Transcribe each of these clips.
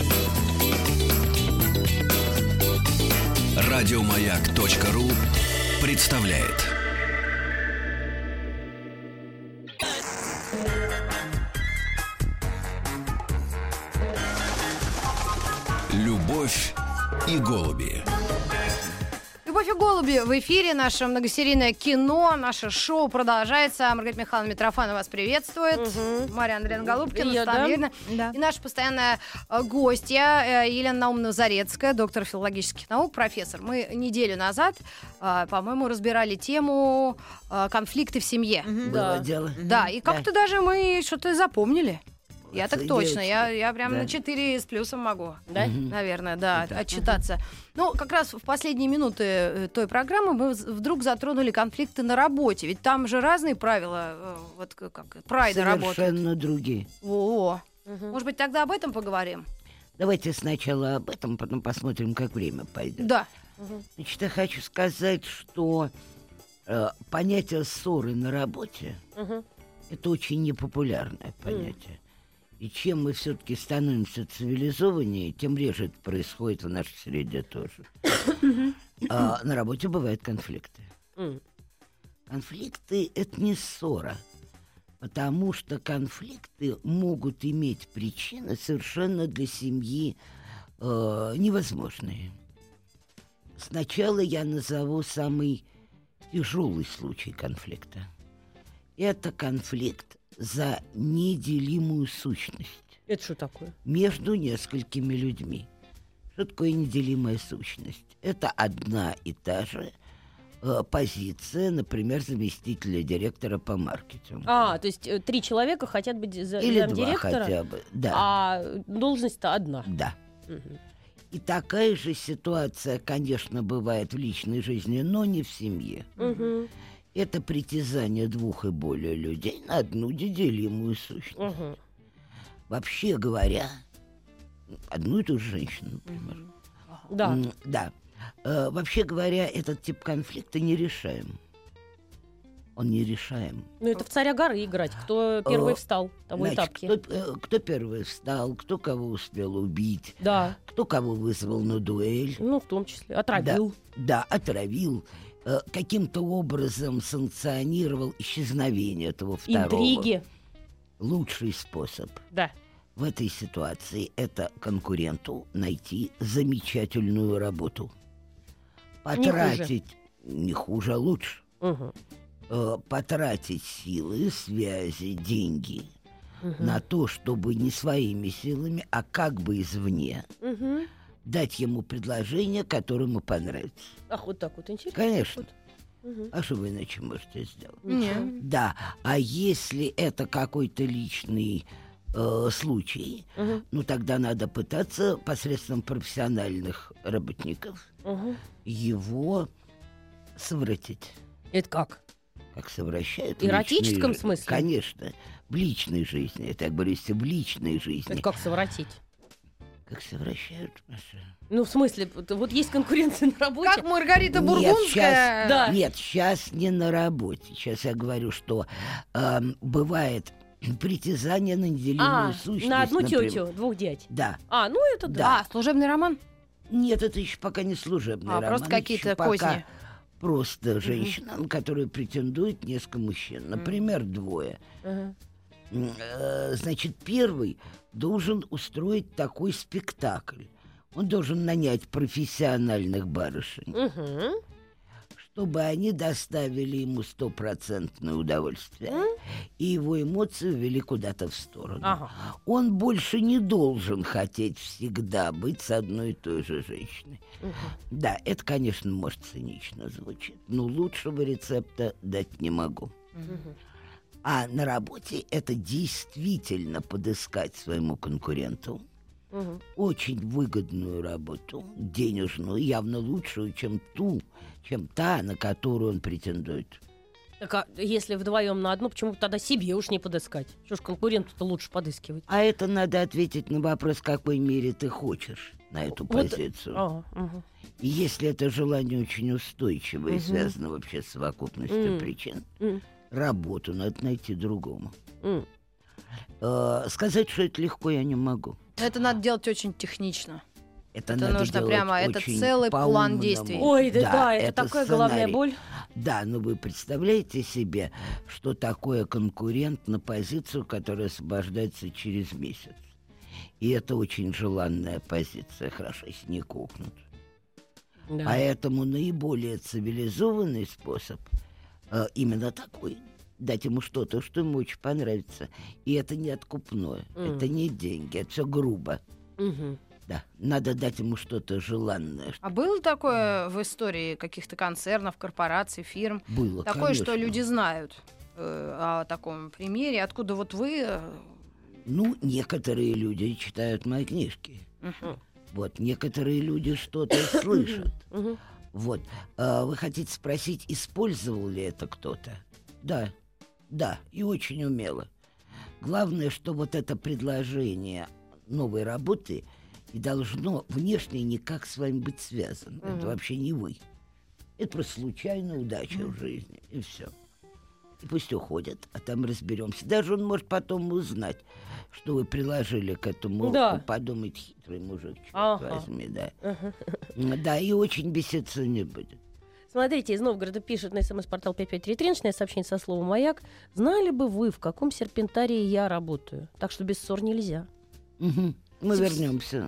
Радиомаяк.ру представляет. Любовь и голуби. «Любовь и голуби» в эфире. Наше многосерийное кино, наше шоу продолжается. Маргарита Михайловна Митрофанова вас приветствует. Мария Андреевна Голубкина, Стан Юрьевна. И наша постоянная гостья Елена Наумовна Зарецкая, доктор филологических наук, профессор. Мы неделю назад, по-моему, разбирали тему конфликты в семье. Было дело. Да, и как-то даже мы что-то запомнили. Я так точно, девочки. я прям на 4 с плюсом могу, Да? наверное, да, отчитаться. Ну, как раз в последние минуты той программы мы вдруг затронули конфликты на работе, ведь там же разные правила, вот как прайда работают. Совершенно другие. Во. Может быть, тогда об этом поговорим? Давайте сначала об этом, потом посмотрим, как время пойдет. Да. Значит, я хочу сказать, что понятие ссоры на работе это очень непопулярное понятие. И чем мы все-таки становимся цивилизованнее, тем реже это происходит в нашей среде тоже. На работе бывают конфликты. Конфликты — это не ссора, потому что конфликты могут иметь причины совершенно для семьи невозможные. Сначала я назову самый тяжелый случай конфликта. Это конфликт за неделимую сущность. Это что такое? Между несколькими людьми. Что такое неделимая сущность? Это одна и та же позиция, например, заместителя директора по маркетингу. То есть 3 человека хотят быть Или 2 замдиректора, хотя бы. Да. а должность-то одна. Да. И такая же ситуация, конечно, бывает в личной жизни, но не в семье. Это притязание 2 и более людей на одну неделимую сущность. Вообще говоря, одну и ту же женщину, например. Да. Да. Вообще говоря, этот тип конфликта нерешаем. Он нерешаем. Ну, это в царя горы играть. Кто первый встал, того и Значит, тапки. кто первый встал, кто кого успел убить, Да. кто кого вызвал на дуэль. Ну, в том числе. Отравил. Да, отравил. Каким-то образом санкционировал исчезновение этого второго. Интриги. Лучший способ Да. в этой ситуации — это конкуренту найти замечательную работу. Потратить не хуже, а лучше. Потратить силы, связи, деньги на то, чтобы не своими силами, а как бы извне дать ему предложение, которое ему понравится. Ах, вот так вот интересно. Конечно. А что вы иначе можете сделать? Нет. Да. А если это какой-то личный случай, ну тогда надо пытаться посредством профессиональных работников его совратить. Это как? Как совращают. В эротическом смысле? Конечно. В личной жизни. Это, я говорю, если в личной жизни. Это как совратить? Как совращают, Маша? Ну, в смысле, вот есть конкуренция на работе. Как Маргарита Нет, Бургундская. Да. Нет, сейчас не на работе. Сейчас я говорю, что бывает притязание на неделимую сущность. на одну например. тетю, 2 дядь. Да. Ну это да. Служебный роман? Нет, это еще пока не служебный роман. Просто это какие-то еще пока козни. Просто женщина, на которую претендует несколько мужчин. Например, 2. Значит, первый должен устроить такой спектакль. Он должен нанять профессиональных барышень, чтобы они доставили ему 100% удовольствие, и его эмоции ввели куда-то в сторону. Он больше не должен хотеть всегда быть с одной и той же женщиной. Да, это, конечно, может цинично звучит, но лучшего рецепта дать не могу. А на работе это действительно подыскать своему конкуренту очень выгодную работу, денежную, явно лучшую, чем та, на которую он претендует. Так а если вдвоем на одну, почему тогда себе уж не подыскать? Что ж конкуренту-то лучше подыскивать? А это надо ответить на вопрос, в какой мере ты хочешь на эту позицию. И если это желание очень устойчивое и связано вообще с совокупностью причин, работу надо найти другому. Сказать, что это легко, я не могу. Это надо делать очень технично. Это нужно прямо, это целый план действий. Ой, да, это такая головная боль. Да, но вы представляете себе, что такое конкурент на позицию, которая освобождается через месяц. И это очень желанная позиция, хорошо, если не кукнут. Да. Поэтому наиболее цивилизованный способ именно такой. Дать ему что-то, что ему очень понравится. И это не откупное, это не деньги, это все грубо. Да, надо дать ему что-то желанное. А было такое в истории каких-то концернов, корпораций, фирм? Было, такое, конечно. что люди знают о таком примере. Откуда вот вы... Ну, некоторые люди читают мои книжки. Вот, некоторые люди что-то слышат. Вот. Вы хотите спросить, использовал ли это кто-то? Да, и очень умело. Главное, что вот это предложение новой работы и должно внешне никак с вами быть связано. Это вообще не вы. Это просто случайная удача в жизни, и все. И пусть уходят, а там разберемся. Даже он может потом узнать, что вы приложили к этому. Да. Подумать, хитрый мужик, черт возьми, да. Да, и очень беситься не будет. Смотрите, из Новгорода пишет на СМС-портал 5533, начинает сообщение со словом «Маяк». Знали бы вы, в каком серпентарии я работаю? Так что без ссор нельзя. Мы вернемся.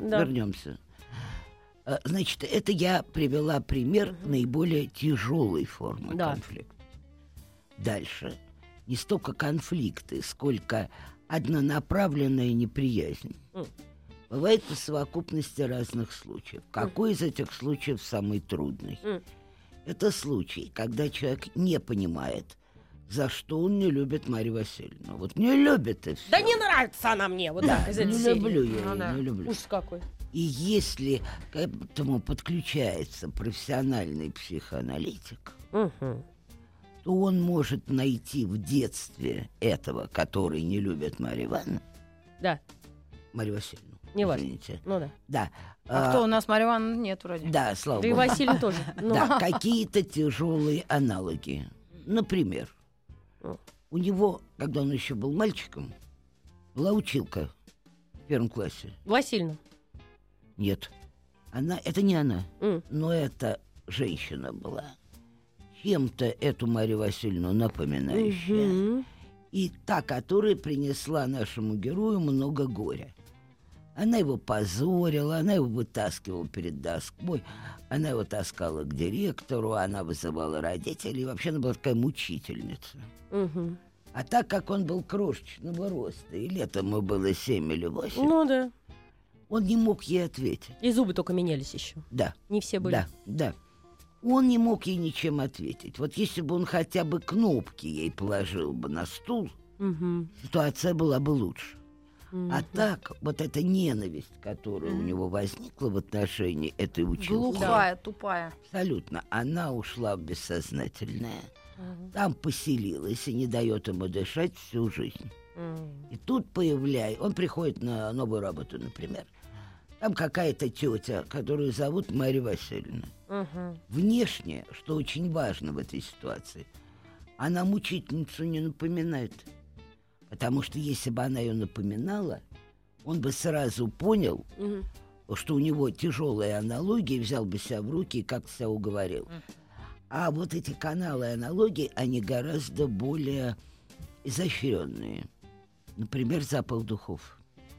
Значит, это я привела пример наиболее тяжелой формы конфликта. Дальше. Не столько конфликты, сколько однонаправленная неприязнь. Бывает по совокупности разных случаев. Какой из этих случаев самый трудный? Это случай, когда человек не понимает, за что он не любит Марию Васильевну. Вот не любит и все. Да не нравится она мне. Вот да, так, из этой не серии. люблю я ее, не люблю. Ужас какой. И если к этому подключается профессиональный психоаналитик, то он может найти в детстве этого, который не любит Марию Ивановну. Да. Марию Васильевну. Не важно. Извините. Ну да. Да. А кто у нас? Мария Ивановна нет вроде. Да, слава богу. Да и Василий тоже. Да, какие-то тяжелые аналоги. Например, у него, когда он еще был мальчиком, была училка в 1 классе. Васильевна? Нет. Это не она, но это женщина была. Чем-то эту Марию Васильевну напоминающая. И та, которая принесла нашему герою много горя. Она его позорила, она его вытаскивала перед доской, она его таскала к директору, она вызывала родителей. И вообще она была такая мучительница. А так как он был крошечного роста, и летом ему было 7 или 8, ну да, он не мог ей ответить. И зубы только менялись еще. Да. Не все были. Да. Он не мог ей ничем ответить. Вот если бы он хотя бы кнопки ей положил бы на стул, ситуация была бы лучше. А так, вот эта ненависть, которая у него возникла в отношении этой училки. Глухая, тупая. Абсолютно. Она ушла в бессознательное. Там поселилась и не дает ему дышать всю жизнь. И тут он приходит на новую работу, например. Там какая-то тетя, которую зовут Мария Васильевна. Внешне, что очень важно в этой ситуации, она мучительницу не напоминает. Потому что если бы она ее напоминала, он бы сразу понял, что у него тяжелая аналогия, взял бы себя в руки и как-то себя уговорил. А вот эти каналы аналогии, они гораздо более изощренные. Например, запах духов.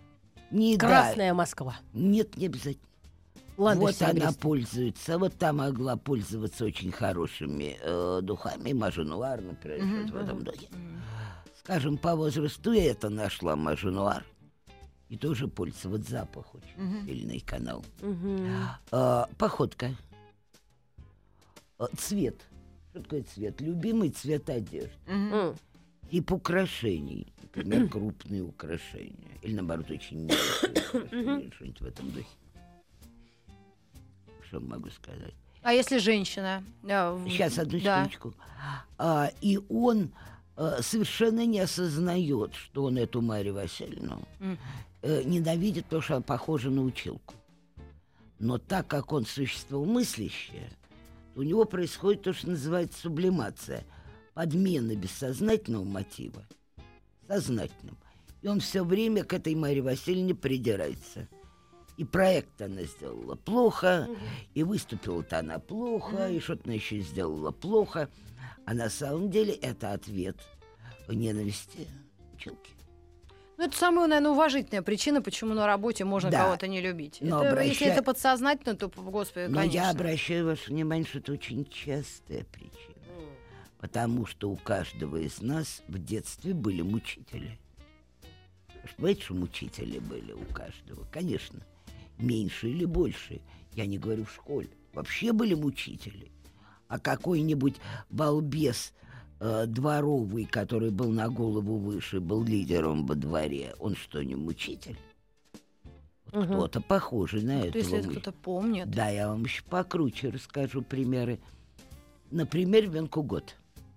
Красная Москва. Нет, не обязательно. Вот она пользуется. Вот та могла пользоваться очень хорошими духами. Маженуар, например, что-то в этом духе. Скажем, по возрасту я это нашла Маженуар. И тоже пользуется. Вот запах очень сильный канал. Походка. Цвет. Что такое цвет? Любимый цвет одежды. Тип украшений. Например, крупные украшения. Или, наоборот, очень мелкие украшения. Что-нибудь в этом духе. Что могу сказать? А если женщина? Сейчас, одну секундочку. И он совершенно не осознает, что он эту Марию Васильевну ненавидит, потому что она похожа на училку. Но так как он существо мыслящее, у него происходит то, что называется сублимация, подмена бессознательного мотива сознательным. И И он все время к этой Марье Васильевне придирается. И проект она сделала плохо, и выступила-то она плохо, и что-то она еще сделала плохо. А на самом деле это ответ ненависти училки. Ну, это самая, наверное, уважительная причина, почему на работе можно кого-то не любить. Если это подсознательно, то, господи, Но конечно. я обращаю ваше внимание, что это очень частая причина. Потому что у каждого из нас в детстве были мучители. Понимаете, что мучители были у каждого? Конечно. Меньше или больше. Я не говорю в школе. Вообще были мучители. А какой-нибудь балбес дворовый, который был на голову выше, был лидером во дворе, он что, не мучитель? Вот кто-то похожий на этого. Если это кто-то помнит. Да, я вам еще покруче расскажу примеры. Например, ребенку год.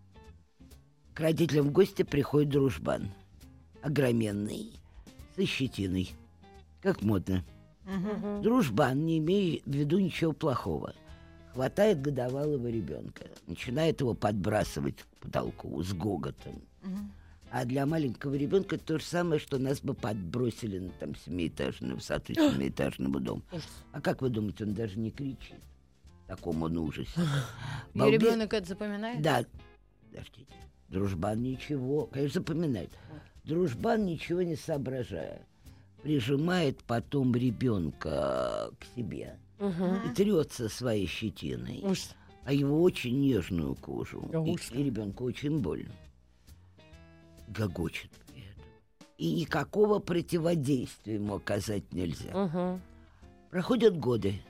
К родителям в гости приходит дружбан. Огроменный, со щетиной. Как модно. Дружбан, не имея в виду ничего плохого, хватает годовалого ребенка, начинает его подбрасывать к потолку с гоготом. А для маленького ребенка это то же самое, что нас бы подбросили на там семиэтажную высоту семиэтажного дома. А как вы думаете, он даже не кричит? В таком он ужасе. И ребенок это запоминает? Да. Подождите. Дружбан ничего, конечно, запоминает. Дружбан, ничего не соображая, прижимает потом ребенка к себе и трется своей щетиной, а его очень нежную кожу. И ребенку очень больно. Гогочет при этом. И никакого противодействия ему оказать нельзя. Проходят годы.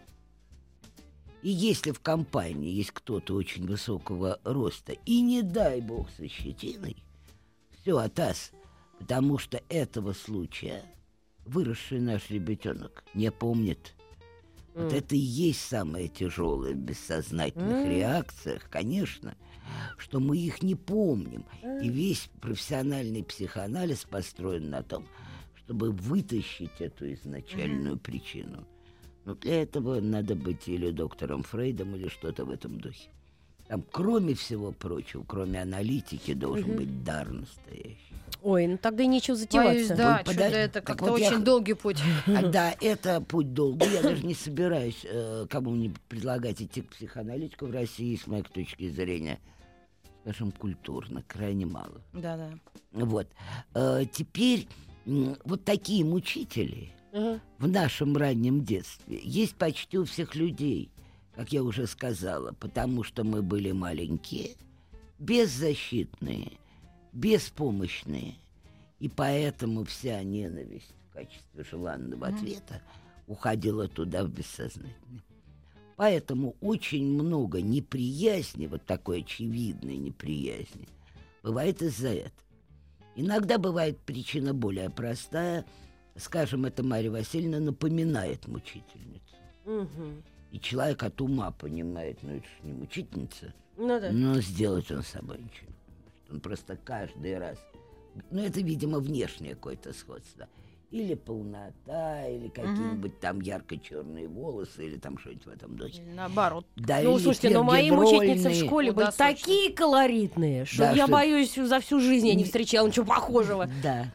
И если в компании есть кто-то очень высокого роста, и не дай бог со щетиной, все, атас, потому что этого случая выросший наш ребятенок не помнит. Вот это и есть самое тяжелое в бессознательных реакциях, конечно, что мы их не помним. И весь профессиональный психоанализ построен на том, чтобы вытащить эту изначальную причину. Но для этого надо быть или доктором Фрейдом, или что-то в этом духе. Там, кроме всего прочего, кроме аналитики, должен быть дар настоящий. Ой, ну тогда и нечего затеваться. Да, что-то это как-то очень долгий путь. Да, это путь долгий. Я даже не собираюсь кому-нибудь предлагать идти к психоаналитику в России, с моей точки зрения, скажем, культурно, крайне мало. Да. Вот. Теперь вот такие мучители в нашем раннем детстве есть почти у всех людей, как я уже сказала, потому что мы были маленькие, беззащитные, беспомощные, и поэтому вся ненависть в качестве желанного ответа уходила туда, в бессознательное. Поэтому очень много неприязни, вот такой очевидной неприязни, бывает из-за этого. Иногда бывает причина более простая. Скажем, это Марья Васильевна напоминает мучительницу. И человек от ума понимает, ну это же не мучительница, но сделать он с собой ничего не может. Он просто каждый раз... Ну это, видимо, внешнее какое-то сходство. Или полнота, или какие-нибудь там ярко-черные волосы, или там что-нибудь в этом духе. Наоборот. Да, ну, слушайте, но мои мучительницы в школе были такие колоритные, что я боюсь, за всю жизнь я не встречала ничего похожего. Да,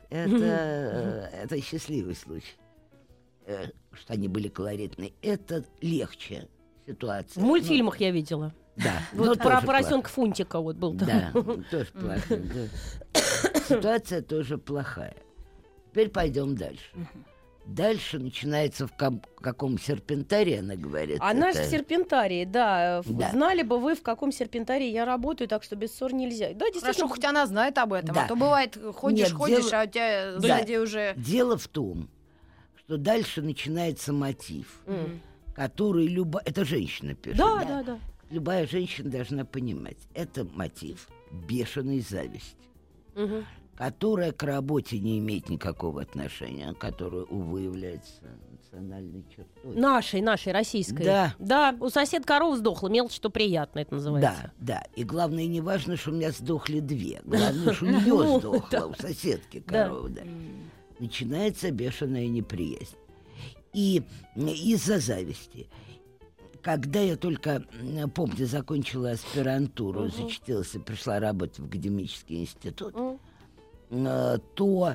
это счастливый случай, что они были колоритные. Это легче ситуация. В мультфильмах я видела. Да. Вот про поросенка Фунтика вот был. Да, тоже плохая. Ситуация тоже плохая. Теперь пойдем дальше. Дальше начинается в каком серпентарии, она говорит. Она же в серпентарии, да. Знали бы вы, в каком серпентарии я работаю, так что без ссор нельзя. Да, действительно. Хорошо, хоть она знает об этом. А то бывает, ходишь, а у тебя сзади уже... Дело в том, что дальше начинается мотив, который это женщина пишет. Да. Любая женщина должна понимать. Это мотив бешеной зависти. Которая к работе не имеет никакого отношения, которая, увы, является национальной чертой. Нашей, российской. Да, у соседа корова сдохла, мелочь, что приятно это называется. Да. И главное, не важно, что у меня сдохли две. Главное, что у нее сдохла, у соседки корова. Начинается бешеная неприязнь. И из-за зависти. Когда я только, помню, закончила аспирантуру, зачастилась и пришла работать в академический институт, то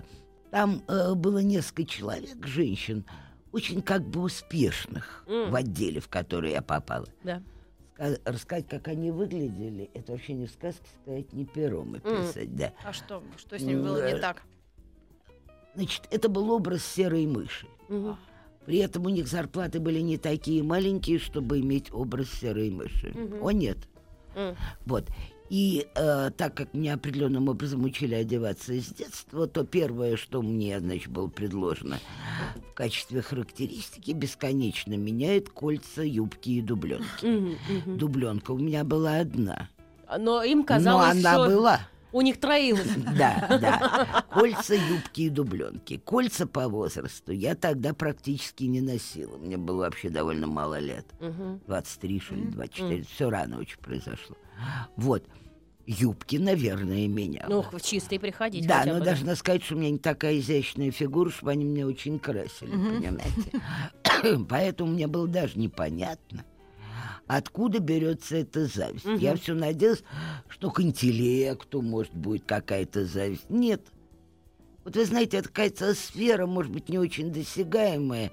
Там было несколько человек, женщин, очень как бы успешных в отделе, в который я попала. Да. Рассказать, как они выглядели, это вообще не в сказке сказать, не пером и писать, да. А что с ними было не так? Значит, это был образ серой мыши. При этом у них зарплаты были не такие маленькие, чтобы иметь образ серой мыши. О, нет. Вот. И так как меня определенным образом учили одеваться с детства, то первое, что мне, значит, было предложено в качестве характеристики, бесконечно меняет кольца, юбки и дубленки. Дубленка у меня была одна. Но им казалось, но она что была. У них троилось. Да. Кольца, юбки и дубленки. Кольца по возрасту я тогда практически не носила. Мне было вообще довольно мало лет. 23, что ли, 24. Все рано очень произошло. Вот. Юбки, наверное, меняла. Ну, в чистые приходить. Да, но должна сказать, что у меня не такая изящная фигура, чтобы они меня очень красили, понимаете? Поэтому мне было даже непонятно, откуда берется эта зависть. Я все надеялась, что к интеллекту, может, будет какая-то зависть. Нет. Вот вы знаете, это какая-то сфера, может быть, не очень досягаемая,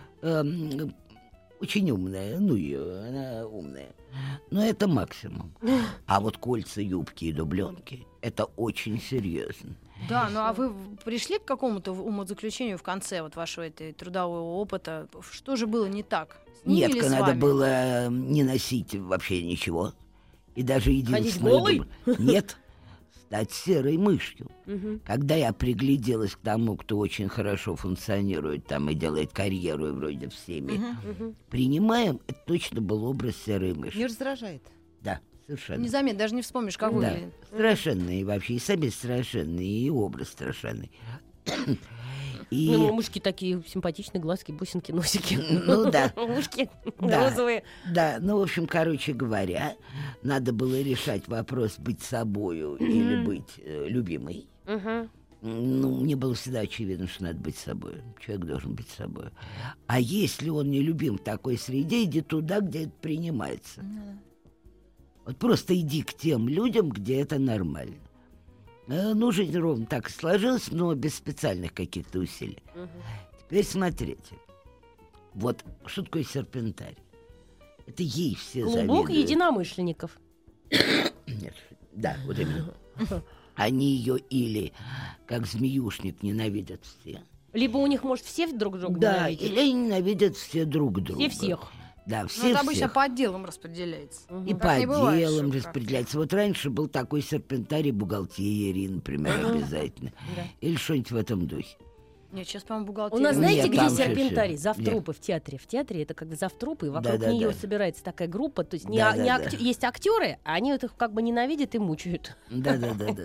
очень умная, ну ее, она умная. Но это максимум. А вот кольца, юбки и дубленки — это очень серьезно. Да, ну а вы пришли к какому-то умозаключению в конце вот вашего трудового опыта? Что же было не так? Нет, надо было не носить вообще ничего. И даже единственное... Нет, стать серой мышью. Когда я пригляделась к тому, кто очень хорошо функционирует там и делает карьеру, и вроде всеми принимаем, это точно был образ серой мыши. Не раздражает? Да, совершенно. Незаметно, даже не вспомнишь, как выглядит. Страшенный вообще, и сами страшенный, и образ страшенный. И... Ну, мышки такие симпатичные, глазки, бусинки, носики. Ну да. Мышки розовые. Да, ну, в общем, короче говоря, надо было решать вопрос быть собою или быть любимой. Ну, мне было всегда очевидно, что надо быть собой. Человек должен быть собой. А если он не любим в такой среде, иди туда, где это принимается. Вот просто иди к тем людям, где это нормально. Ну, жизнь ровно так и сложилась, но без специальных каких-то усилий. Теперь смотрите. Вот что такое серпентарий? Это ей все завидуют. Клубок единомышленников. Нет, да, вот именно. Они ее или, как змеюшник, ненавидят все. Либо у них, может, все друг друга ненавидят. Да, или они ненавидят все друг друга. Все всех. Да, все. Это обычно по отделам распределяется. И по отделам распределяется. Вот раньше был такой серпентарий бухгалтерии, например, обязательно. Или что-нибудь в этом духе. Нет, сейчас, по-моему, бухгалтерия. У нас, знаете, где серпентарий? Завтрупы в театре. В театре это когда завтрупы, и вокруг нее собирается такая группа. То есть есть актеры, а они их как бы ненавидят и мучают. Да.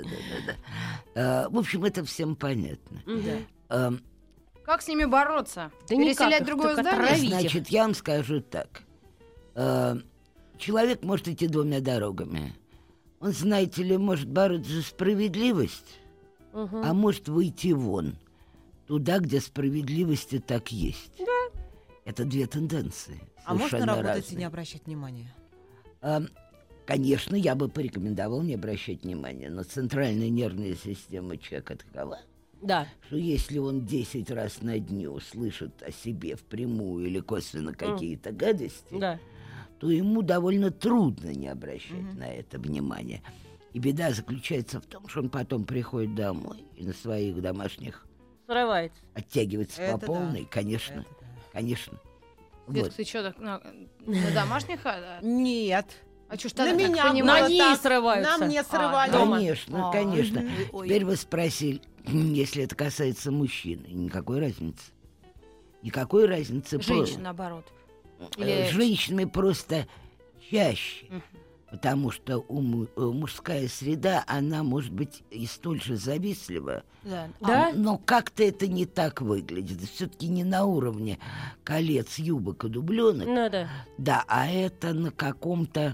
В общем, это всем понятно. Как с ними бороться? Да переселять в другое здание? Значит, я вам скажу так. Человек может идти двумя дорогами. Он, знаете ли, может бороться за справедливость, а может выйти вон. Туда, где справедливости так есть. Да. Это две тенденции. А можно работать разные. И не обращать внимания? Конечно, я бы порекомендовал не обращать внимания. Но центральная нервная система человека такова, что если он 10 раз на дню слышит о себе впрямую или косвенно какие-то гадости, то ему довольно трудно не обращать на это внимания. И беда заключается в том, что он потом приходит домой и на своих домашних срывается. Оттягивается по полной, конечно. Конечно. Светка, ты что, на домашних? Нет. А что ж на меня на ней срываются. На мне срывались. Конечно, конечно. Теперь вы спросили, если это касается мужчин, никакой разницы. Никакой разницы. Женщин, наоборот. С женщинами просто чаще. Потому что мужская среда, она может быть и столь же завистлива, но как-то это не так выглядит. Все-таки не на уровне колец, юбок и дубленок. Да, а это на каком-то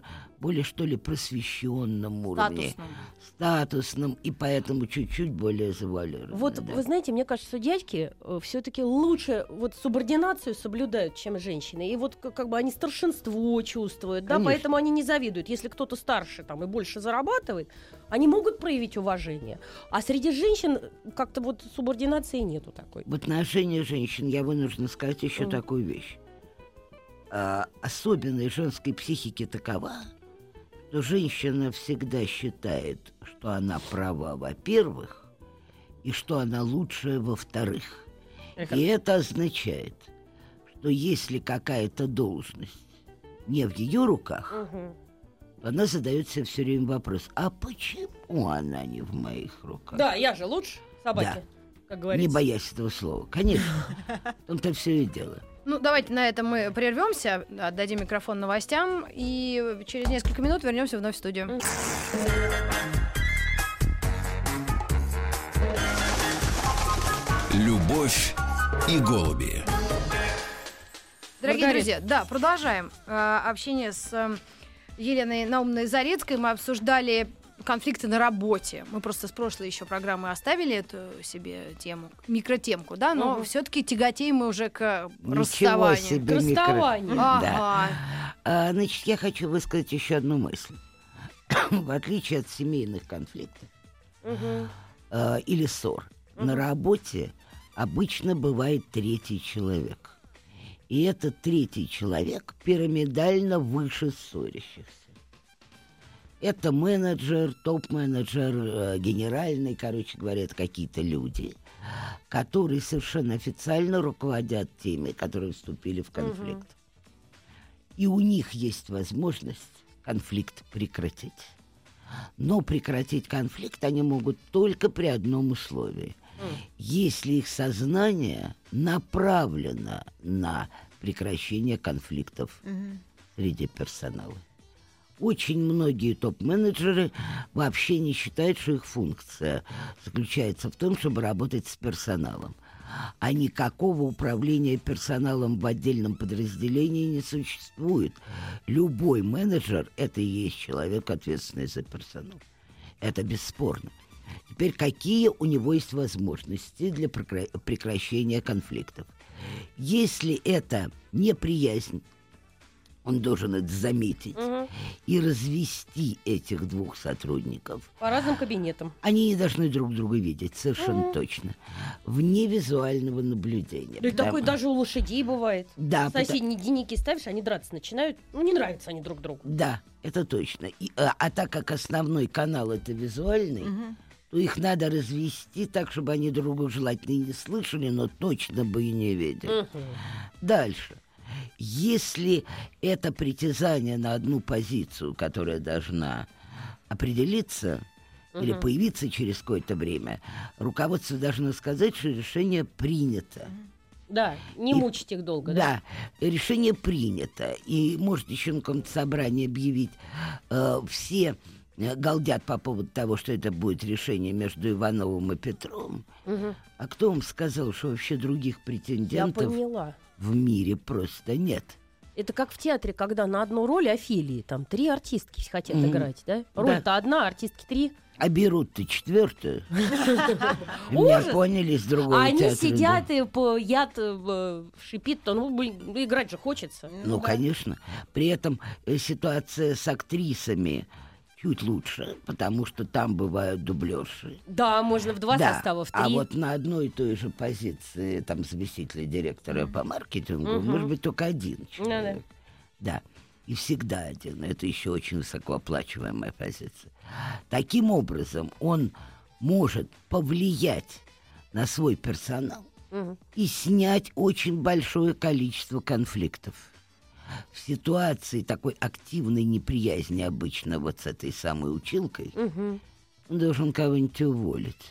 более, что ли, просвещенном уровне. Статусном, и поэтому чуть-чуть более завуалированном. Вот, вы знаете, мне кажется, что дядьки все-таки лучше вот субординацию соблюдают, чем женщины. И вот как бы они старшинство чувствуют, да, поэтому они не завидуют. Если кто-то старше там и больше зарабатывает, они могут проявить уважение. А среди женщин как-то вот субординации нету такой. В отношении женщин я вынуждена сказать еще такую вещь. Особенность женской психики такова, что женщина всегда считает, что она права, во-первых, и что она лучшая, во-вторых. И это означает, что если какая-то должность не в ее руках, то она задает себе все время вопрос: а почему она не в моих руках? Да, я же лучше собаки, да. Как говорится. Не боясь этого слова. Конечно. В том-то все и дело. Ну, давайте на этом мы прервемся, отдадим микрофон новостям, и через несколько минут вернемся вновь в студию. Любовь и голуби. Дорогие друзья, да, продолжаем общение с Еленой Наумовной Зарецкой. Мы обсуждали конфликты на работе. Мы просто с прошлой еще программы оставили эту себе тему, микротемку, да, но все-таки тяготеем мы уже к расставанию. Себе к расставанию. Да. Значит, я хочу высказать еще одну мысль. В отличие от семейных конфликтов или ссор, на работе обычно бывает третий человек. И этот третий человек пирамидально выше ссорящихся. Это менеджер, топ-менеджер, генеральный, короче говоря, это какие-то люди, которые совершенно официально руководят теми, которые вступили в конфликт. И у них есть возможность конфликт прекратить. Но прекратить конфликт они могут только при одном условии. Если их сознание направлено на прекращение конфликтов среди персонала. Очень многие топ-менеджеры вообще не считают, что их функция заключается в том, чтобы работать с персоналом. А никакого управления персоналом в отдельном подразделении не существует. Любой менеджер – это и есть человек, ответственный за персонал. Это бесспорно. Теперь какие у него есть возможности для прекращения конфликтов? Если это неприязнь, он должен это заметить и развести этих двух сотрудников. По разным кабинетам. Они не должны друг друга видеть, совершенно точно. Вне визуального наблюдения. Да и такое даже у лошадей бывает. Да. Соседние денники ставишь, они драться начинают. Ну, не нравятся они друг другу. Да, это точно. А так как основной канал это визуальный, то их надо развести так, чтобы они друг друга желательно и не слышали, но точно бы и не видели. Дальше. Если это притязание на одну позицию, которая должна определиться или появиться через какое-то время, руководство должно сказать, что решение принято. Да, не мучить их долго. Да, решение принято. И может еще на каком-то собрании объявить все галдят по поводу того, что это будет решение между Ивановым и Петровым. А кто вам сказал, что вообще других претендентов в мире просто нет? Это как в театре, когда на одну роль Офелии там 3 артистки хотят играть, да? Роль-то одна, артистки 3. А берут-то 4-ю. Меня поняли с другого театра. Они сидят и яд шипит, то играть же хочется. Ну, конечно. При этом ситуация с актрисами чуть лучше, потому что там бывают дублерши. Да, можно в 2 состава, в 3. А вот на одной и той же позиции там заместителя директора по маркетингу может быть только один человек. Да. И всегда один. Это еще очень высокооплачиваемая позиция. Таким образом, он может повлиять на свой персонал и снять очень большое количество конфликтов. В ситуации такой активной неприязни обычно вот с этой самой училкой он должен кого-нибудь уволить.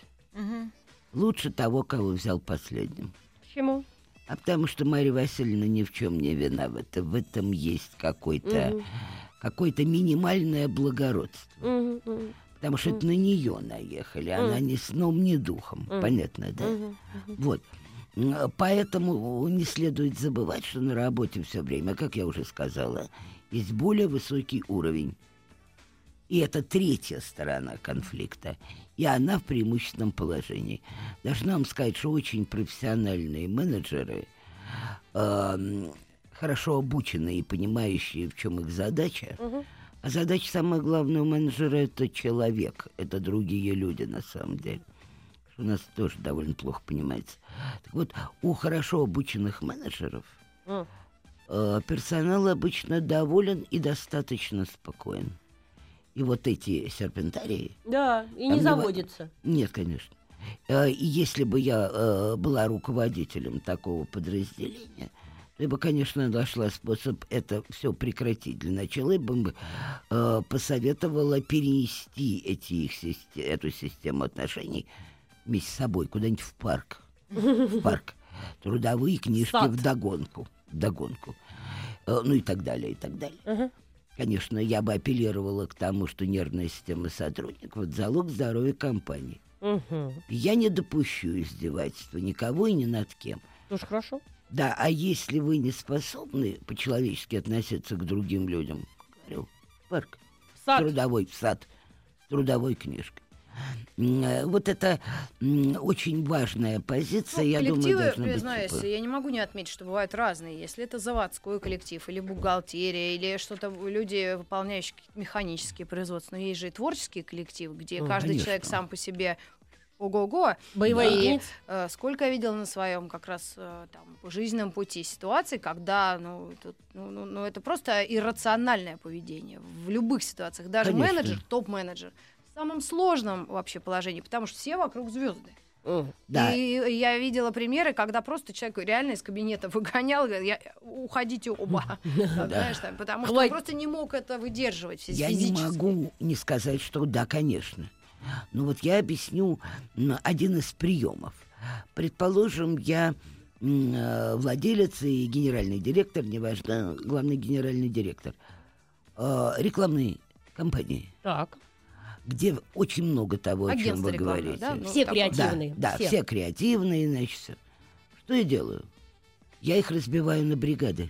Лучше того, кого взял последним. Почему? А потому что Марья Васильевна ни в чем не виновата. В этом есть какое-то минимальное благородство. Потому что это на нее наехали. Она ни сном, ни духом. Понятно, да? Вот. Поэтому не следует забывать, что на работе все время, как я уже сказала, есть более высокий уровень И это третья сторона конфликта. И она в преимущественном положении. Должна вам сказать, что очень профессиональные менеджеры, хорошо обученные и понимающие, в чем их задача. А задача, самая главная у менеджера, это человек. Это другие люди, на самом деле. Что у нас тоже довольно плохо понимается. Так вот, у хорошо обученных менеджеров персонал обычно доволен и достаточно спокоен. И вот эти серпентарии... Да, и не заводятся. Нет, конечно. И если бы я была руководителем такого подразделения, то я бы, конечно, нашла способ это все прекратить. Для начала я бы посоветовала перенести эту систему отношений вместе с собой куда-нибудь в парк. В парк. Трудовые книжки вдогонку. Ну и так далее, и так далее. Конечно, я бы апеллировала к тому, что нервная система сотрудников — это залог здоровья компании. Я не допущу издевательства никого и ни над кем. Тоже хорошо. Да, а если вы не способны по-человечески относиться к другим людям, говорю, парк, трудовой сад, с трудовой книжкой. Вот это очень важная позиция, я думаю, должна быть. Признаюсь, я не могу не отметить, что бывают разные. Если это заводской коллектив, или бухгалтерия, или что-то, люди, выполняющие механические производства. Но есть же и творческие коллективы, где каждый человек сам по себе ого-го. Боевая единица. Сколько я видела на своем как раз жизненном пути ситуаций, когда это просто иррациональное поведение в любых ситуациях. Даже менеджер, топ-менеджер, в самом сложном вообще положении, потому что все вокруг звезды. Да. И я видела примеры, когда просто человек реально из кабинета выгонял, говорит, уходите оба. Потому что он просто не мог это выдерживать физически. Я не могу не сказать, что да, конечно. Но вот я объясню один из приемов. Предположим, я владелец и генеральный директор, неважно, главный генеральный директор рекламной компании. Так. Где очень много того, о чем вы говорите. Да? Все креативные. Да, все креативные, значит, все. Что я делаю? Я их разбиваю на бригады.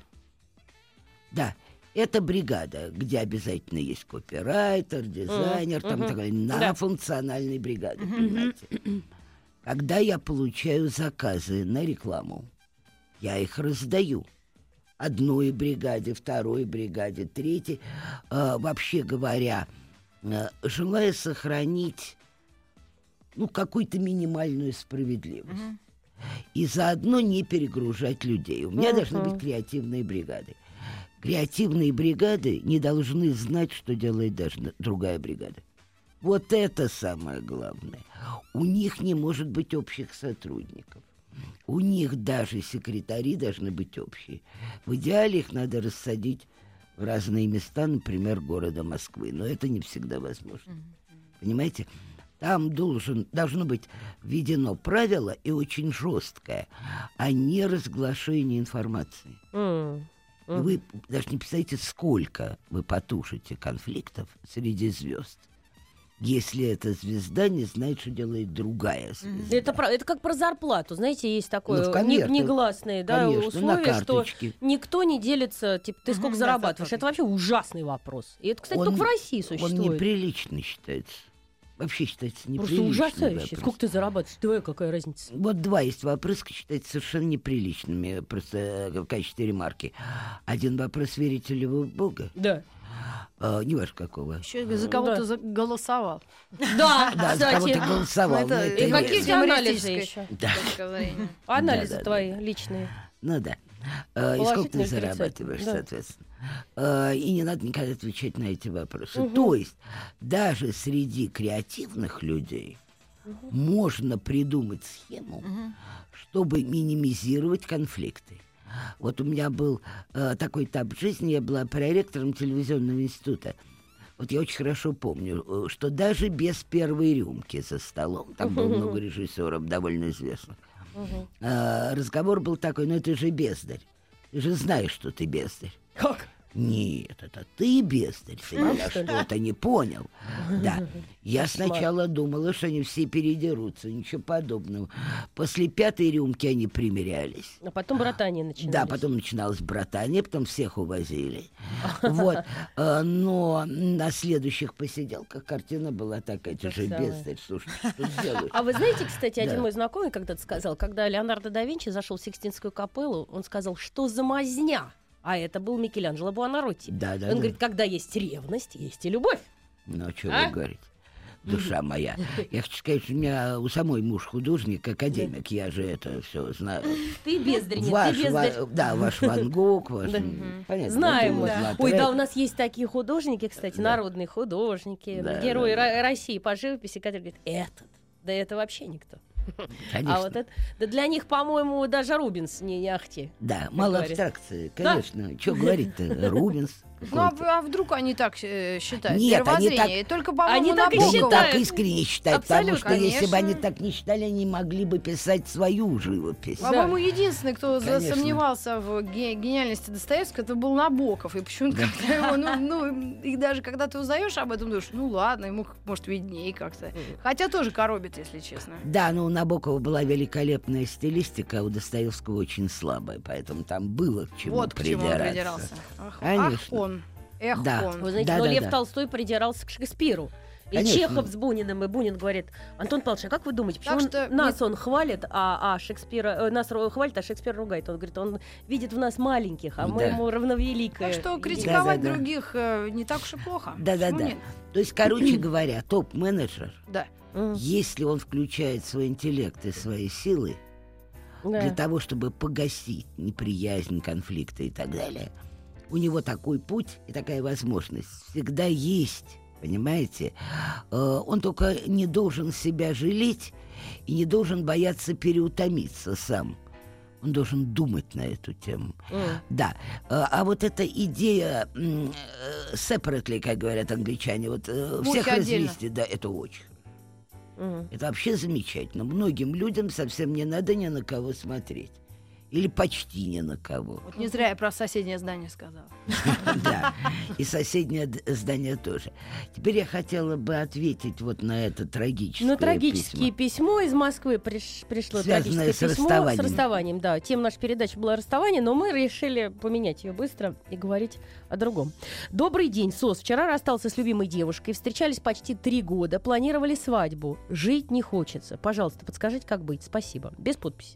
Да, это бригада, где обязательно есть копирайтер, дизайнер, там так далее, на функциональной бригаде, понимаете? Когда я получаю заказы на рекламу, я их раздаю. Одной бригаде, второй бригаде, третьей. Вообще говоря, желая сохранить какую-то минимальную справедливость. И заодно не перегружать людей. У меня должны быть креативные бригады. Креативные бригады не должны знать, что делает даже другая бригада. Вот это самое главное. У них не может быть общих сотрудников. У них даже секретари должны быть общие. В идеале их надо рассадить в разные места, например, города Москвы. Но это не всегда возможно. Понимаете? Там должно быть введено правило, и очень жесткое, а не разглашение информации. И вы даже не представляете, сколько вы потушите конфликтов среди звезд, если эта звезда не знает, что делает другая звезда. Это как про зарплату. Знаете, есть такое негласное конечно, условие, что никто не делится, типа, ты сколько зарабатываешь. Это вообще ужасный вопрос. И это, кстати, только в России существует. Он неприличный считается. Вообще считается неприличным. Просто ужасающе. Сколько ты зарабатываешь? Твоя какая разница? Вот два есть вопроса, считаются совершенно неприличными, просто в качестве ремарки. Один вопрос: верите ли вы в Бога? Да. Не важно какого. Еще за кого-то голосовал. Да, за кого-то голосовал. И какие анализы еще? Анализы твои личные. Ну да. И сколько ты зарабатываешь, соответственно. И не надо никогда отвечать на эти вопросы. То есть даже среди креативных людей можно придумать схему, чтобы минимизировать конфликты. Вот у меня был такой этап жизни, я была проректором телевизионного института. Вот я очень хорошо помню, что даже без первой рюмки за столом, там было много режиссеров довольно известных, разговор был такой: ну ты же бездарь, ты же знаешь, что ты бездарь. Как? Нет, это ты, бездарь, ты меня что-то не понял. Да, я сначала думала, что они все передерутся, ничего подобного. После 5-й рюмки они примирялись. А потом братание начиналось. Да, потом начиналось братание, потом всех увозили. Вот. Но на следующих посиделках картина была такая, ты же бездарь, слушай, что сделаешь? А вы знаете, кстати, один мой знакомый когда-то сказал, когда Леонардо да Винчи зашел в Сикстинскую капеллу, он сказал, что за мазня? А это был Микеланджело Буонаротти. Да. Он говорит, когда есть ревность, есть и любовь. Ну, что вы говорите? Душа моя. Я хочу сказать, что у меня у самой муж художник, академик, я же это все знаю. Ты бездарь, Ваш, ты бездарь. да, ваш Ван Гог, ваш... Понятно. Знаем. Да. Ой, да, у нас есть такие художники, кстати, народные художники, герои России по живописи, которые говорят, этот, да это вообще никто. Конечно. А вот это, да для них, по-моему, даже Рубенс не ахти. Да, мало абстракции, конечно. Да? Что говорить-то, Рубенс. Ну, а вдруг они так считают? Нет, они так... Только, по-моему, они так и Набокова. так искренне считают, потому что конечно. если бы они так не считали, они могли бы писать свою живопись. По-моему, единственный, кто Конечно. сомневался в гениальности Достоевского, это был Набоков. И почему-то как-то его, и даже когда ты узнаешь об этом, думаешь, ну ладно, ему, может, виднее как-то. Хотя тоже коробит, если честно. Да, но у Набокова была великолепная стилистика, а у Достоевского очень слабая, поэтому там было к чему Вот к чему он придираться. придирался. Конечно. Эх, он. Вы знаете, но Лев Толстой придирался к Шекспиру. И Конечно. Чехов с Буниным, и Бунин говорит, Антон Павлович, а как вы думаете, почему нас он хвалит, а Шекспира, нас хвалит, а Шекспир ругает? Он говорит, он видит в нас маленьких, а мы ему равновеликое. Так что критиковать других не так уж и плохо. Да. То есть, короче говоря, топ-менеджер, да. Если он включает свой интеллект и свои силы для того, чтобы погасить неприязнь, конфликты и так далее, у него такой путь и такая возможность всегда есть, понимаете? Он только не должен себя жалеть и не должен бояться переутомиться сам. Он должен думать на эту тему. Да. А вот эта идея separately, как говорят англичане, вот всех развести, да, это очень. Это вообще замечательно. Многим людям совсем не надо ни на кого смотреть. Или почти ни на кого. Вот не зря я про соседнее здание сказала. Да, и соседнее здание тоже. Теперь я хотела бы ответить вот на это трагическое письмо. Ну, трагическое письмо из Москвы пришло. Связанное трагическое с письмо расставанием. С расставанием, да. Тема нашей передачи была расставание, но мы решили поменять ее быстро и говорить о другом. Добрый день, СОС. Вчера расстался с любимой девушкой. Встречались почти 3 года. Планировали свадьбу. Жить не хочется. Пожалуйста, подскажите, как быть. Спасибо. Без подписи.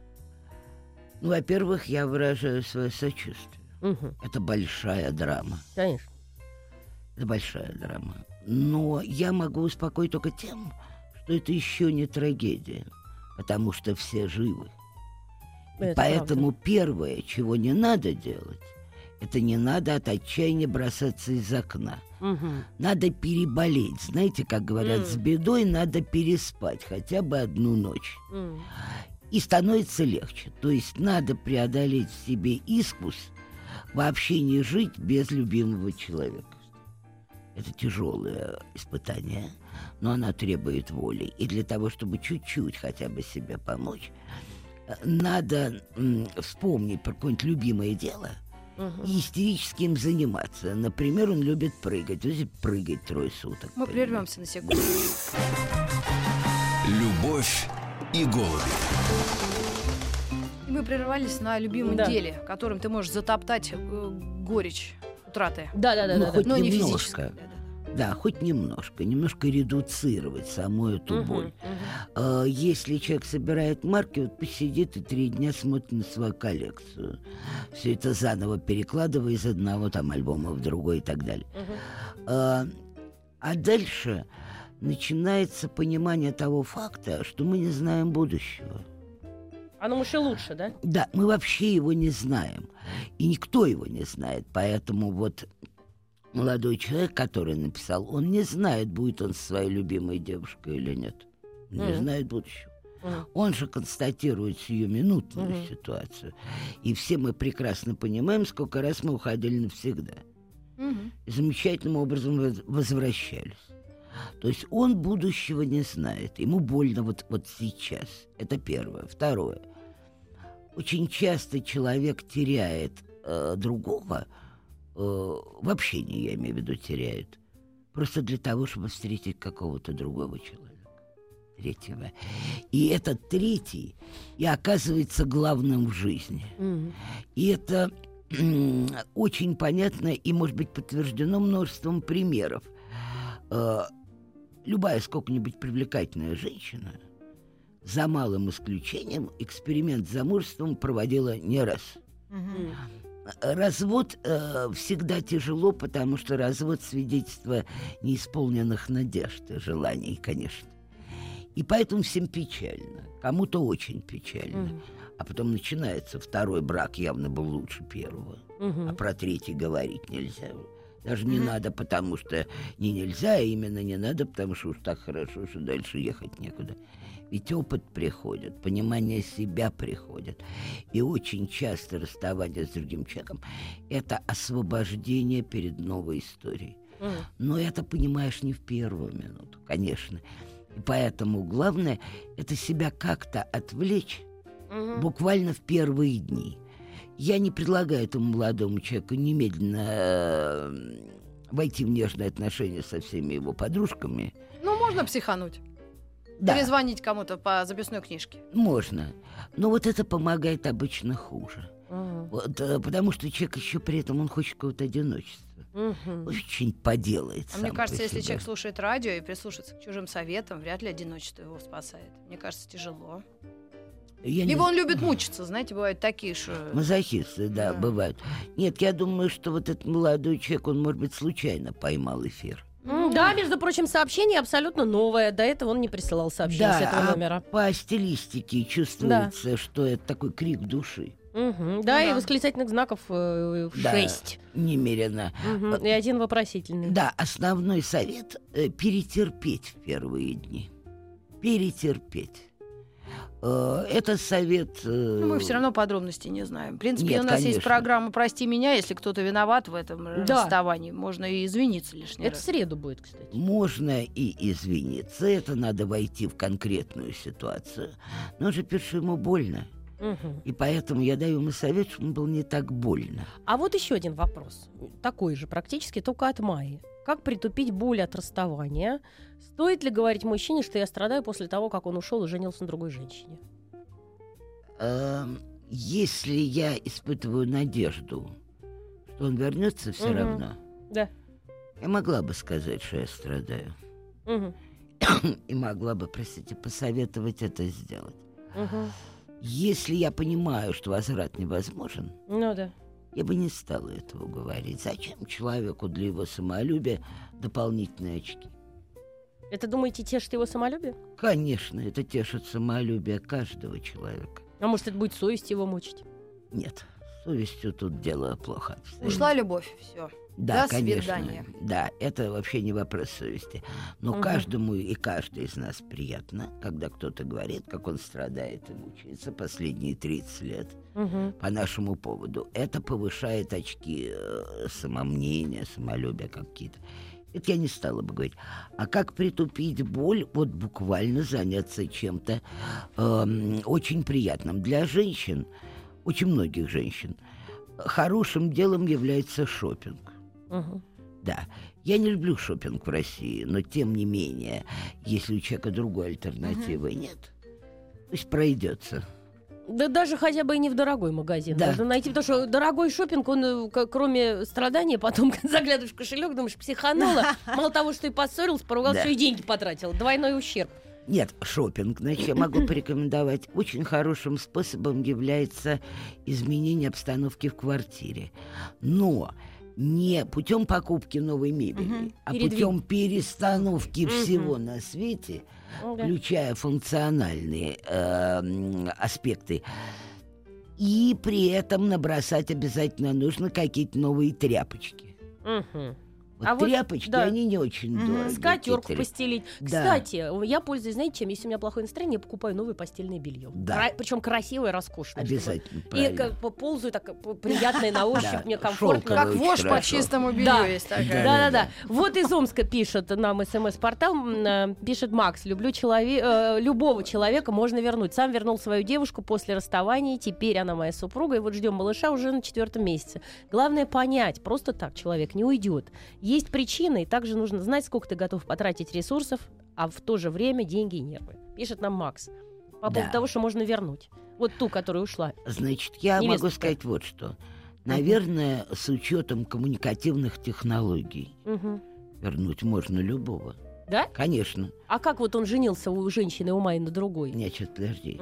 Ну, во-первых, я выражаю свое сочувствие. Это большая драма. Конечно. Это большая драма. Но я могу успокоить только тем, что это еще не трагедия, потому что все живы. И поэтому первое, чего не надо делать, это не надо от отчаяния бросаться из окна. Надо переболеть. Знаете, как говорят, с бедой надо переспать хотя бы одну ночь. И становится легче. То есть надо преодолеть в себе искус вообще не жить без любимого человека. Это тяжелое испытание, но оно требует воли. И для того, чтобы чуть-чуть хотя бы себе помочь, надо вспомнить про какое-нибудь любимое дело и истерически им заниматься. Например, он любит прыгать. То есть прыгать 3 суток. Мы прервемся на секунду. Любовь и голуби. И мы прервались на любимом деле, которым ты можешь затоптать горечь утраты. Да. Хоть но не немножко. физически. Да, хоть немножко редуцировать саму эту боль. Если человек собирает марки, вот посидит и 3 дня смотрит на свою коллекцию. Все это заново перекладывая из одного там альбома в другой и так далее. А дальше начинается понимание того факта, что мы не знаем будущего. Оно уж и лучше, да? Да, мы вообще его не знаем. И никто его не знает. Поэтому вот молодой человек, который написал, он не знает, будет он со своей любимой девушкой или нет. Не знает будущего. Он же констатирует сиюминутную ситуацию. И все мы прекрасно понимаем, сколько раз мы уходили навсегда. И замечательным образом возвращались. То есть он будущего не знает. Ему больно вот сейчас. Это первое. Второе. Очень часто человек теряет другого в общении, я имею в виду, теряют. Просто для того, чтобы встретить какого-то другого человека. Третьего. И этот третий и оказывается главным в жизни. И это очень понятно и, может быть, подтверждено множеством примеров. Любая сколько-нибудь привлекательная женщина, за малым исключением, эксперимент с замужеством проводила не раз. Развод всегда тяжело, потому что развод — свидетельство неисполненных надежд и желаний, конечно. И поэтому всем печально. Кому-то очень печально. А потом начинается второй брак, явно был лучше первого. А про третий говорить нельзя. Даже не надо, потому что не нельзя, а именно не надо, потому что уж так хорошо, что дальше ехать некуда. Ведь опыт приходит, понимание себя приходит. И очень часто расставание с другим человеком — это освобождение перед новой историей. Но это понимаешь не в первую минуту, конечно. И поэтому главное — это себя как-то отвлечь буквально в первые дни. Я не предлагаю этому молодому человеку немедленно войти в нежные отношения со всеми его подружками. Ну, можно психануть. Да. Перезвонить кому-то по записной книжке. Можно. Но вот это помогает обычно хуже. Вот, потому что человек еще при этом, он хочет какого-то одиночества. Очень поделает А сам мне кажется, по если себе. человек слушает радио и прислушивается к чужим советам, вряд ли одиночество его спасает. Мне кажется, тяжело. Либо он любит мучиться, знаете, бывают такие, что... Мазохисты, да, бывают. Нет, я думаю, что вот этот молодой человек, он, может быть, случайно поймал эфир. Да, между прочим, сообщение абсолютно новое. До этого он не присылал сообщение с этого номера. По стилистике чувствуется, что это такой крик души. Да, и восклицательных знаков 6. Немерено. И один вопросительный. Да, основной совет — перетерпеть в первые дни. Перетерпеть. Это совет... Мы все равно подробностей не знаем. В принципе, Нет, у нас есть конечно. программа «Прости меня», если кто-то виноват в этом расставании. Можно и извиниться лишний Это раз. в среду будет, кстати. Можно и извиниться. Это надо войти в конкретную ситуацию. Но же пишу ему больно. И поэтому я даю ему совет, чтобы ему было не так больно. А вот еще один вопрос. Такой же практически, только от Майи. Как притупить боль от расставания? Стоит ли говорить мужчине, что я страдаю после того, как он ушел и женился на другой женщине? Если я испытываю надежду, что он вернется все равно, Да. я могла бы сказать, что я страдаю. И могла бы, простите, посоветовать это сделать. Если я понимаю, что возврат невозможен, Ну да. я бы не стала этого говорить. Зачем человеку для его самолюбия дополнительные очки? Это, думаете, тешит его самолюбие? Конечно, это тешит самолюбие каждого человека. А может, это будет совесть его мучить? Нет, с совестью тут дело плохо обстоит. Ушла любовь, все. Да, До конечно. свидания. Да, это вообще не вопрос совести. Но каждому и каждой из нас приятно, когда кто-то говорит, как он страдает и мучается последние 30 лет по нашему поводу. Это повышает очки самомнения, самолюбия какие-то. Это я не стала бы говорить. А как притупить боль? Вот буквально заняться чем-то очень приятным. Для женщин, очень многих женщин, хорошим делом является шопинг. Да, я не люблю шопинг в России, но тем не менее, если у человека другой альтернативы нет, пусть пройдется. Да даже хотя бы и не в дорогой магазин. Да. Можно найти, потому что дорогой шопинг, он, кроме страдания, потом заглядываешь в кошелек, думаешь, психанула. Мало того, что и поссорился, поругался, Да. что и деньги потратил. Двойной ущерб. Нет, шопинг, значит, я могу порекомендовать. Очень хорошим способом является изменение обстановки в квартире. Но не путем покупки новой мебели, а путем перестановки всего на свете, включая функциональные аспекты. И при этом набросать обязательно нужно какие-то новые тряпочки. Вот тряпочки, они не очень дорогие. Скатерку постелить. Да. Кстати, я пользуюсь, знаете, чем? Если у меня плохое настроение, я покупаю новое постельное белье. Да. Причем красивое, роскошное. Обязательно. И ползаю так приятно на ощупь, мне комфортно. Как вошь по чистому белью есть такая. Да. Вот из Омска пишет нам СМС-портал, пишет Макс: любого человека можно вернуть. Сам вернул свою девушку после расставания, теперь она моя супруга, и вот ждем малыша уже на 4-м месяце. Главное понять, просто так человек не уйдет. Есть причины, и также нужно знать, сколько ты готов потратить ресурсов, а в то же время деньги и нервы. Пишет нам Макс. По поводу того, что можно вернуть. Вот ту, которая ушла. Значит, я могу сказать вот что. Наверное, с учетом коммуникативных технологий вернуть можно любого. Да? Конечно. А как вот он женился у женщины, у Майи на другой? Нет, сейчас, подожди.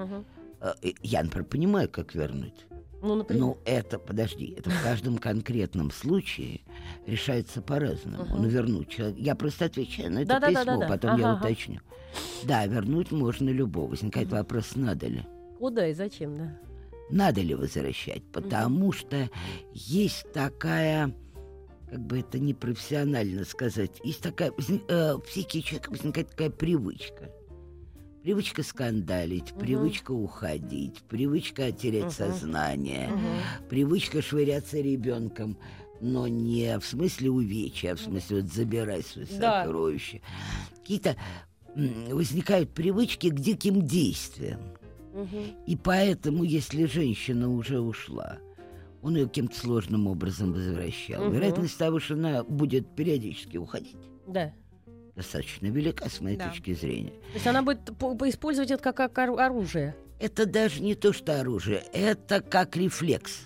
Я, например, понимаю, как вернуть. Ну, это в каждом конкретном случае решается по-разному. Вернуть человека. Я просто отвечаю на это письмо, потом я уточню. Да, вернуть можно любого. Возникает вопрос, надо ли. Куда и зачем, да? Надо ли возвращать? Потому что есть такая, как бы это непрофессионально сказать, есть такая, в психике человека возникает такая привычка. Привычка скандалить, привычка уходить, привычка терять сознание, привычка швыряться ребенком, но не в смысле увечья, а в смысле вот забирай свои сокровища. Какие-то возникают привычки к диким действиям. И поэтому, если женщина уже ушла, он ее каким-то сложным образом возвращал. Вероятность того, что она будет периодически уходить, достаточно велика, с моей точки зрения. То есть она будет использовать это как оружие? Это даже не то, что оружие. Это как рефлекс.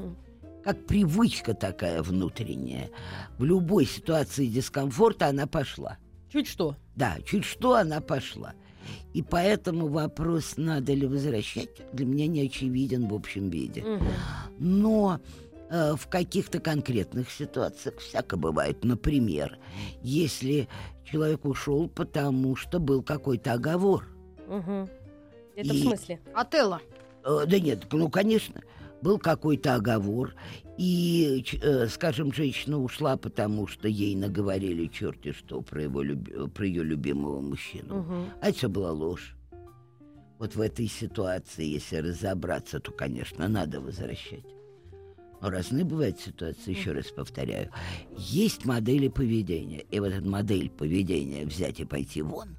Как привычка такая внутренняя. В любой ситуации дискомфорта она пошла. Чуть что? Да, чуть что она пошла. И поэтому вопрос, надо ли возвращать, для меня не очевиден в общем виде. Но в каких-то конкретных ситуациях всяко бывает. Например, если человек ушел, потому что был какой-то оговор. Это в смысле? Отелло. Да нет, ну, конечно, был какой-то оговор. И, скажем, женщина ушла, потому что ей наговорили черти что про ее любимого мужчину. А это все была ложь. Вот в этой ситуации, если разобраться, то, конечно, надо возвращать. Но разные бывают ситуации, еще раз повторяю. Есть модели поведения. И вот эта модель поведения взять и пойти вон,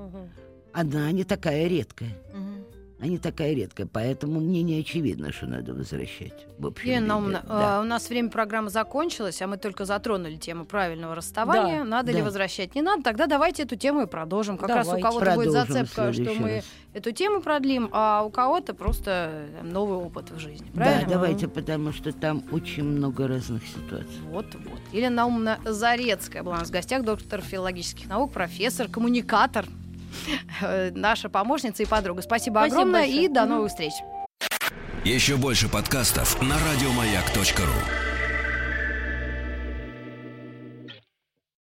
она не такая редкая. Она не такая редкая, поэтому мне не очевидно, что надо возвращать. Елена, у нас время программы закончилось, а мы только затронули тему правильного расставания. Надо ли возвращать? Не надо? Тогда давайте эту тему и продолжим. Как раз у кого-то будет зацепка, что мы эту тему продлим, а у кого-то просто новый опыт в жизни. Правильно? Да, давайте, потому что там очень много разных ситуаций. Вот. Елена Наумовна Зарецкая была у нас в гостях, доктор филологических наук, профессор, коммуникатор. Наша помощница и подруга. Спасибо огромное большое. И до новых встреч. Еще больше подкастов на радиомаяк.ру.